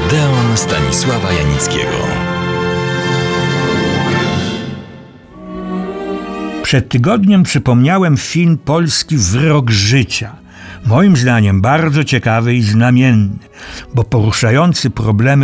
Odeon Stanisława Janickiego. Przed tygodniem przypomniałem film polski Wyrok życia. Moim zdaniem bardzo ciekawy i znamienny, bo poruszający problemy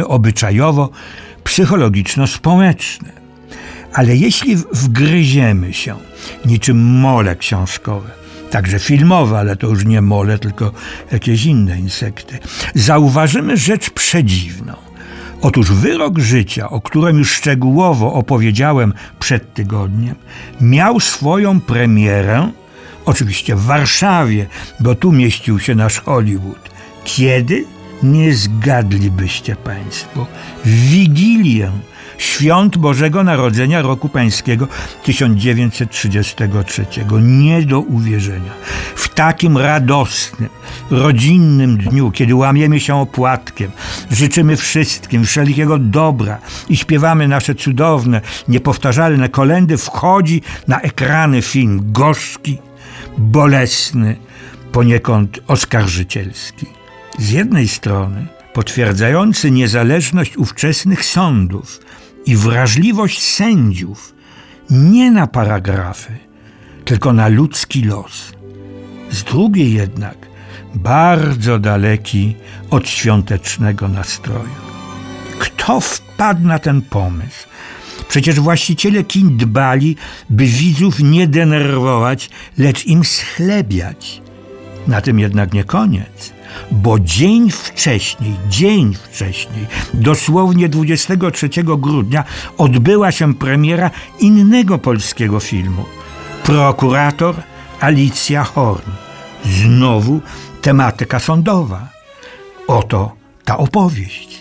obyczajowo-psychologiczno-społeczne. Ale jeśli wgryziemy się, niczym mole książkowe, także filmowe, ale to już nie mole, tylko jakieś inne insekty, zauważymy rzecz przedziwną. Otóż Wyrok życia, o którym już szczegółowo opowiedziałem przed tygodniem, miał swoją premierę, oczywiście w Warszawie, bo tu mieścił się nasz Hollywood. Kiedy? Nie zgadlibyście Państwo. W Wigilię Świąt Bożego Narodzenia roku Pańskiego 1933. Nie do uwierzenia. W takim radosnym, rodzinnym dniu, kiedy łamiemy się opłatkiem, życzymy wszystkim wszelkiego dobra i śpiewamy nasze cudowne, niepowtarzalne kolędy, wchodzi na ekrany film gorzki, bolesny, poniekąd oskarżycielski. Z jednej strony potwierdzający niezależność ówczesnych sądów i wrażliwość sędziów nie na paragrafy, tylko na ludzki los. Z drugiej jednak bardzo daleki od świątecznego nastroju. Kto wpadł na ten pomysł? Przecież właściciele kin dbali, by widzów nie denerwować, lecz im schlebiać. Na tym jednak nie koniec, bo dzień wcześniej, dosłownie 23 grudnia, odbyła się premiera innego polskiego filmu. Prokurator Alicja Horn. Znowu tematyka sądowa. Oto ta opowieść.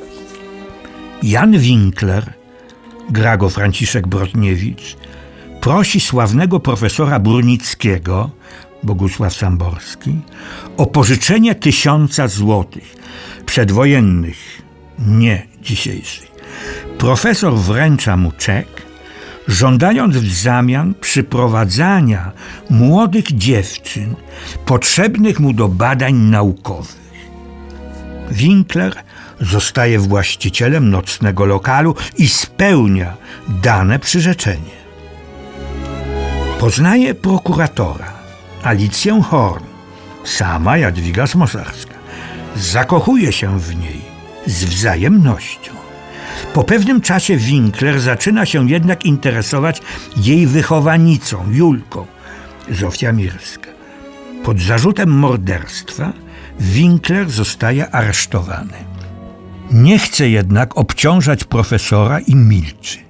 Jan Winkler, gra go Franciszek Brodniewicz, prosi sławnego profesora Brudnickiego, Bogusław Samborski, o pożyczenie 1000 złotych, przedwojennych, nie dzisiejszych. Profesor wręcza mu czek, żądając w zamian przyprowadzania młodych dziewczyn potrzebnych mu do badań naukowych. Winkler zostaje właścicielem nocnego lokalu i spełnia dane przyrzeczenie. Poznaje prokuratora Alicję Horn, sama Jadwiga Smosarska. Zakochuje się w niej z wzajemnością. Po pewnym czasie Winkler zaczyna się jednak interesować jej wychowanicą, Julką, Zofia Mirska. Pod zarzutem morderstwa Winkler zostaje aresztowany. Nie chce jednak obciążać profesora i milczy.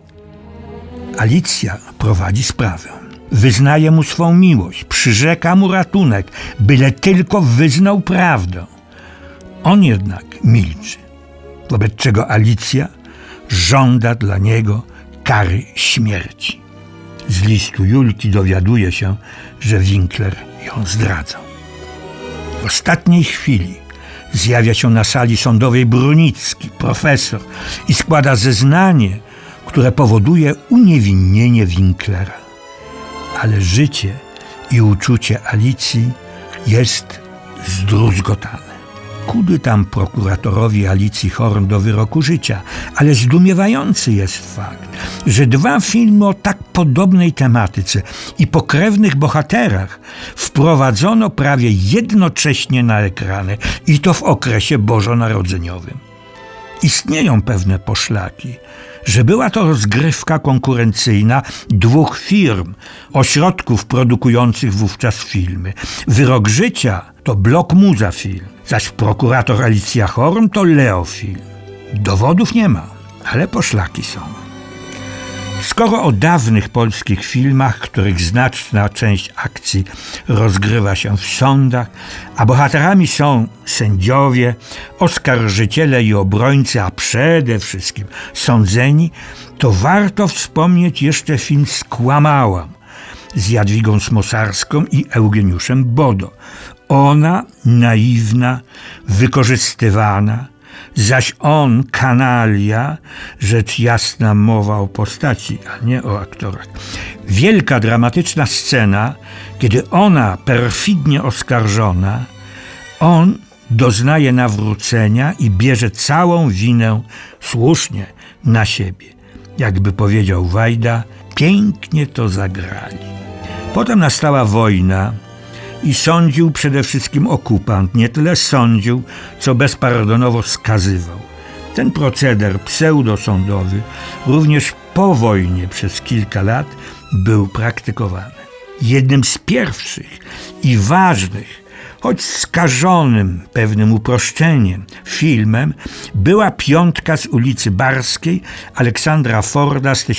Alicja prowadzi sprawę. Wyznaje mu swą miłość, przyrzeka mu ratunek, byle tylko wyznał prawdę. On jednak milczy, wobec czego Alicja żąda dla niego kary śmierci. Z listu Julki dowiaduje się, że Winkler ją zdradzał. W ostatniej chwili zjawia się na sali sądowej Brunicki, profesor, i składa zeznanie, które powoduje uniewinnienie Winklera. Ale życie i uczucie Alicji jest zdruzgotane. Kudy tam prokuratorowi Alicji Horn do wyroku życia, ale zdumiewający jest fakt, że 2 filmy o tak podobnej tematyce i pokrewnych bohaterach wprowadzono prawie jednocześnie na ekrany i to w okresie bożonarodzeniowym. Istnieją pewne poszlaki, że była to rozgrywka konkurencyjna 2 firm, ośrodków produkujących wówczas filmy. Wyrok życia to Blok Muza Film, zaś prokurator Alicja Horn to Leo Film. Dowodów nie ma, ale poszlaki są. Skoro o dawnych polskich filmach, których znaczna część akcji rozgrywa się w sądach, a bohaterami są sędziowie, oskarżyciele i obrońcy, a przede wszystkim sądzeni, to warto wspomnieć jeszcze film Skłamałam z Jadwigą Smosarską i Eugeniuszem Bodo. Ona naiwna, wykorzystywana, zaś on kanalia, rzecz jasna mowa o postaci, a nie o aktorach. Wielka, dramatyczna scena, kiedy ona perfidnie oskarżona, on doznaje nawrócenia i bierze całą winę słusznie na siebie. Jakby powiedział Wajda, pięknie to zagrali. Potem nastała wojna i sądził przede wszystkim okupant. Nie tyle sądził, co bezpardonowo skazywał. Ten proceder pseudosądowy również po wojnie przez kilka lat był praktykowany. Jednym z pierwszych i ważnych, choć skażonym pewnym uproszczeniem, filmem była Piątka z ulicy Barskiej Aleksandra Forda z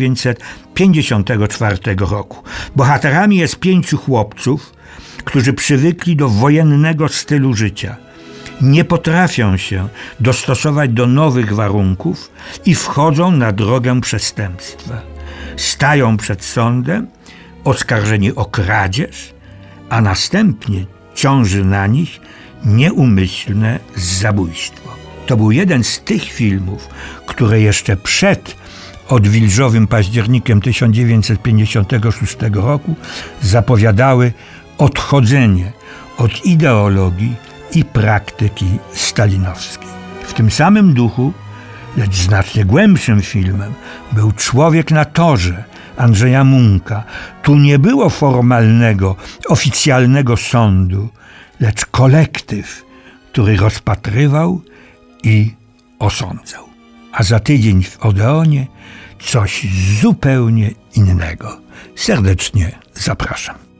1954 roku. Bohaterami jest 5 chłopców, którzy przywykli do wojennego stylu życia. Nie potrafią się dostosować do nowych warunków i wchodzą na drogę przestępstwa. Stają przed sądem, oskarżeni o kradzież, a następnie ciąży na nich nieumyślne zabójstwo. To był jeden z tych filmów, które jeszcze przed odwilżowym październikiem 1956 roku zapowiadały odchodzenie od ideologii i praktyki stalinowskiej. W tym samym duchu, lecz znacznie głębszym filmem, był Człowiek na torze Andrzeja Munka. Tu nie było formalnego, oficjalnego sądu, lecz kolektyw, który rozpatrywał i osądzał. A za tydzień w Odeonie coś zupełnie innego. Serdecznie zapraszam.